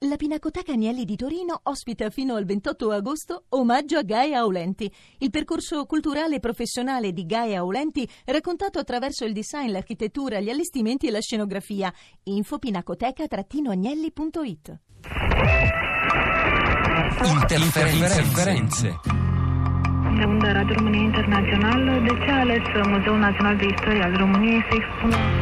La Pinacoteca Agnelli di Torino ospita fino al 28 agosto Omaggio a Gaia Aulenti, il percorso culturale e professionale di Gaia Aulenti raccontato attraverso il design, l'architettura, gli allestimenti e la scenografia. Info pinacoteca-agnelli.it. Interferenze. De unde Radio România Internațională, de ce a ales Muzeul Național de Istorie al României să expună?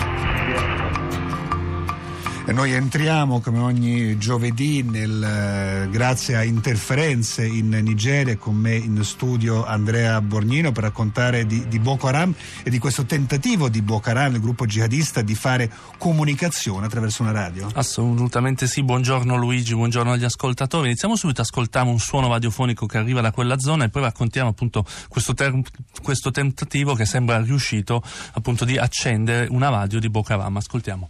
E noi entriamo come ogni giovedì grazie a Interferenze in Nigeria, con me in studio Andrea Borgnino per raccontare di Boko Haram e di questo tentativo di Boko Haram, il gruppo jihadista, di fare comunicazione attraverso una radio. Assolutamente sì, buongiorno Luigi, buongiorno agli ascoltatori. Iniziamo subito, ascoltiamo un suono radiofonico che arriva da quella zona e poi raccontiamo appunto questo tentativo che sembra riuscito appunto di accendere una radio di Boko Haram. Ascoltiamo.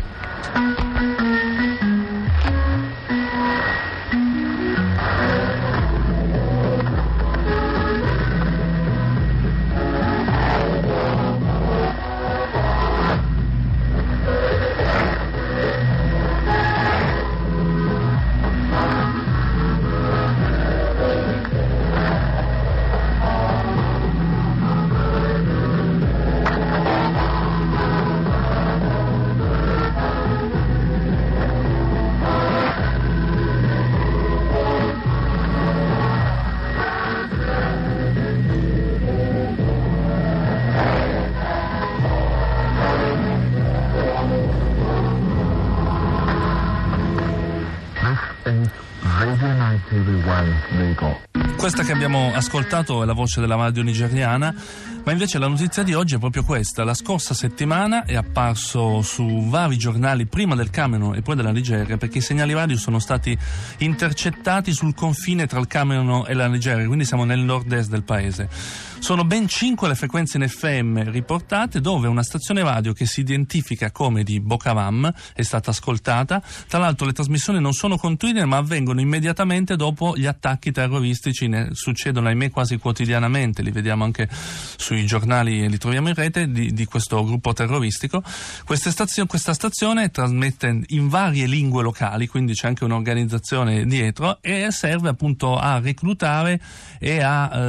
Questa che abbiamo ascoltato è la voce della radio nigeriana, ma invece la notizia di oggi è proprio questa. La scorsa settimana è apparso su vari giornali, prima del Camerun e poi della Nigeria, perché i segnali radio sono stati intercettati sul confine tra il Camerun e la Nigeria, quindi siamo nel nord-est del paese. Sono ben 5 le frequenze in FM riportate, dove una stazione radio che si identifica come di Boko Haram è stata ascoltata. Tra l'altro le trasmissioni non sono continue, ma avvengono immediatamente dopo gli attacchi terroristici. Ne succedono ahimè quasi quotidianamente, li vediamo anche sui giornali e li troviamo in rete, di questo gruppo terroristico. Questa stazione trasmette in varie lingue locali, quindi c'è anche un'organizzazione dietro, e serve appunto a reclutare e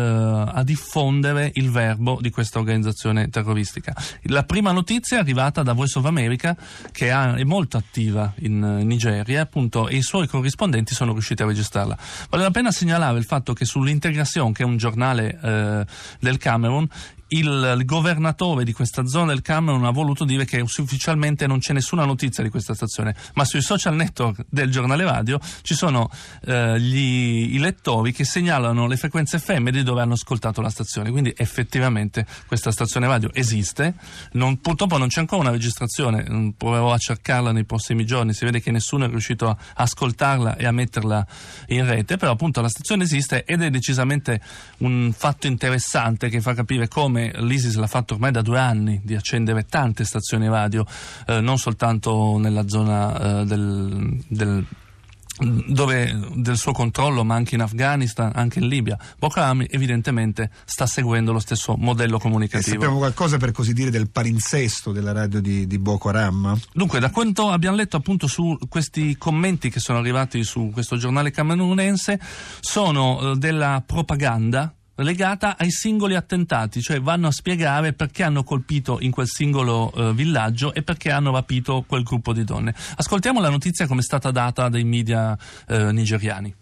a diffondere il verbo di questa organizzazione terroristica. La prima notizia è arrivata da Voice of America, che è molto attiva in Nigeria, appunto, e i suoi corrispondenti sono riusciti a registrarla. Vale la pena segnalare il fatto che sull'Integration, che è un giornale del Camerun, il governatore di questa zona del Camerun ha voluto dire che ufficialmente non c'è nessuna notizia di questa stazione, ma sui social network del giornale radio ci sono i lettori che segnalano le frequenze FM di dove hanno ascoltato la stazione, quindi effettivamente questa stazione radio esiste. Purtroppo non c'è ancora una registrazione, proverò a cercarla nei prossimi giorni, si vede che nessuno è riuscito a ascoltarla e a metterla in rete, però appunto la stazione esiste ed è decisamente un fatto interessante che fa capire come l'ISIS l'ha fatto ormai da 2 anni, di accendere tante stazioni radio, non soltanto nella zona del suo controllo, ma anche in Afghanistan, anche in Libia. Boko Haram evidentemente sta seguendo lo stesso modello comunicativo. E sappiamo qualcosa, per così dire, del palinsesto della radio di Boko Haram? Dunque, da quanto abbiamo letto appunto su questi commenti che sono arrivati su questo giornale camerunense, sono della propaganda legata ai singoli attentati, cioè vanno a spiegare perché hanno colpito in quel singolo villaggio e perché hanno rapito quel gruppo di donne. Ascoltiamo la notizia come è stata data dai media nigeriani.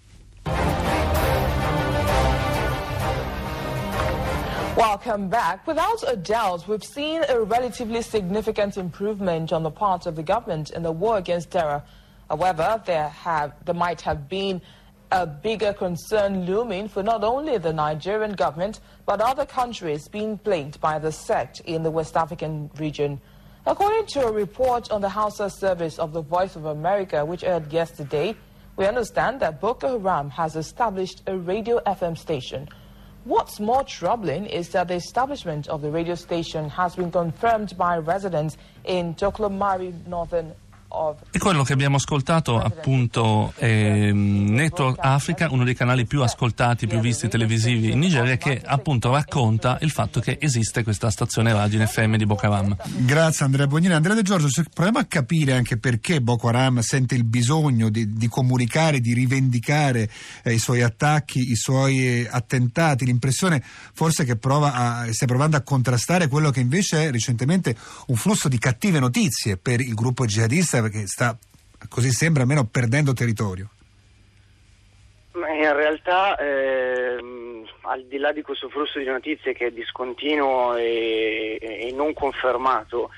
Welcome back. Without a doubt, we've seen a relatively significant improvement on the part of the government in the war against terror. However, there might have been a bigger concern looming for not only the Nigerian government, but other countries being plagued by the sect in the West African region. According to a report on the Hausa service of the Voice of America, which aired yesterday, we understand that Boko Haram has established a radio FM station. What's more troubling is that the establishment of the radio station has been confirmed by residents in Toklomari, northern E quello che abbiamo ascoltato appunto è Network Africa, uno dei canali più ascoltati, più visti televisivi in Nigeria, che appunto racconta il fatto che esiste questa stazione radio in FM di Boko Haram. Grazie Andrea Bognini. Andrea De Giorgio, proviamo a capire anche perché Boko Haram sente il bisogno di comunicare, di rivendicare i suoi attacchi, i suoi attentati, l'impressione forse che stia provando a contrastare quello che invece è recentemente un flusso di cattive notizie per il gruppo jihadista, perché sta, così sembra, almeno perdendo territorio. Ma in realtà al di là di questo flusso di notizie che è discontinuo e non confermato,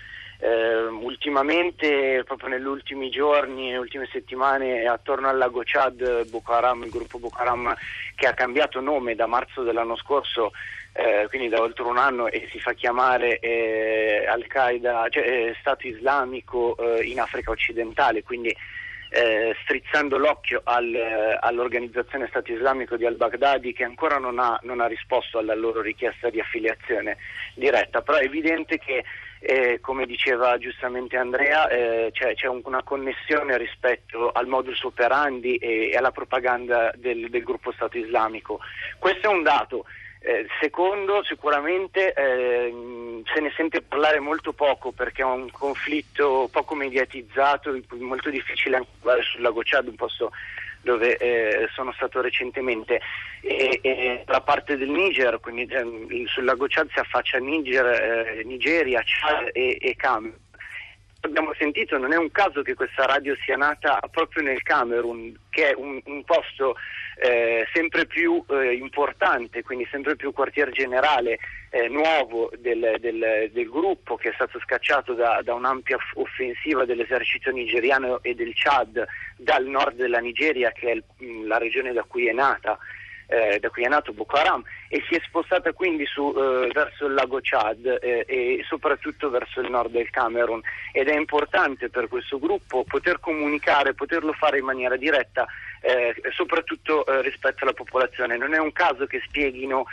ultimamente, proprio negli ultimi giorni, nelle ultime settimane, attorno al lago Chad, Boko Haram, il gruppo Boko Haram, che ha cambiato nome da marzo dell'anno scorso, quindi da oltre un anno, e si fa chiamare Al-Qaeda, cioè Stato Islamico in Africa occidentale, quindi strizzando l'occhio all'organizzazione Stato Islamico di al-Baghdadi, che ancora non ha risposto alla loro richiesta di affiliazione diretta. Però è evidente che, come diceva giustamente Andrea, c'è una connessione rispetto al modus operandi e alla propaganda del gruppo Stato Islamico. Questo è un dato. Secondo, sicuramente se ne sente parlare molto poco, perché è un conflitto poco mediatizzato, molto difficile anche andare sul lago Chad, un posto dove sono stato recentemente, e la parte del Niger, quindi sul lago Chad si affaccia Nigeria, Chad e Camerun. Abbiamo sentito, non è un caso che questa radio sia nata proprio nel Camerun, che è un posto sempre più importante, quindi sempre più quartier generale nuovo del gruppo, che è stato scacciato da un'ampia offensiva dell'esercito nigeriano e del Chad dal nord della Nigeria, che è la regione da cui è nato Boko Haram, e si è spostata quindi verso il lago Chad e soprattutto verso il nord del Camerun, ed è importante per questo gruppo poter comunicare, poterlo fare in maniera diretta, soprattutto rispetto alla popolazione. Non è un caso che spieghino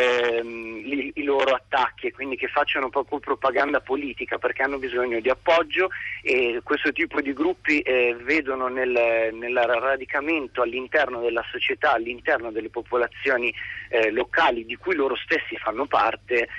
i loro attacchi e quindi che facciano proprio propaganda politica, perché hanno bisogno di appoggio, e questo tipo di gruppi vedono nel radicamento all'interno della società, all'interno delle popolazioni locali di cui loro stessi fanno parte,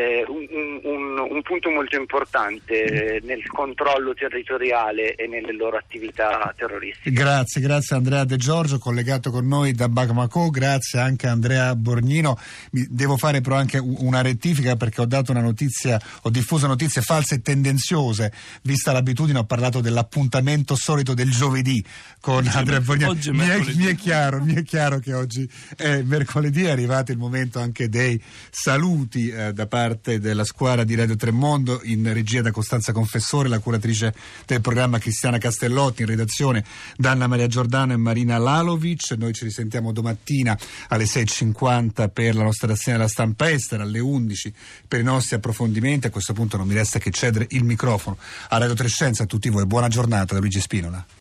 un punto molto importante nel controllo territoriale e nelle loro attività terroristiche. Grazie Andrea De Giorgio, collegato con noi da Bamako. Grazie anche a Andrea Borgnino. Devo fare però anche una rettifica, perché ho diffuso notizie false e tendenziose. Vista l'abitudine, ho parlato dell'appuntamento solito del giovedì con Andrea Borgnino. Mi è chiaro che oggi è mercoledì, è arrivato il momento anche dei saluti da parte della squadra di Radio Tremondo, in regia da Costanza Confessore, la curatrice del programma Cristiana Castellotti, in redazione da Anna Maria Giordano e Marina Lalovic. Noi ci risentiamo domattina alle 6.50 per la nostra rassegna della stampa estera, alle 11 per i nostri approfondimenti. A questo punto non mi resta che cedere il microfono a Radio Trescenza. A tutti voi buona giornata da Luigi Spinola.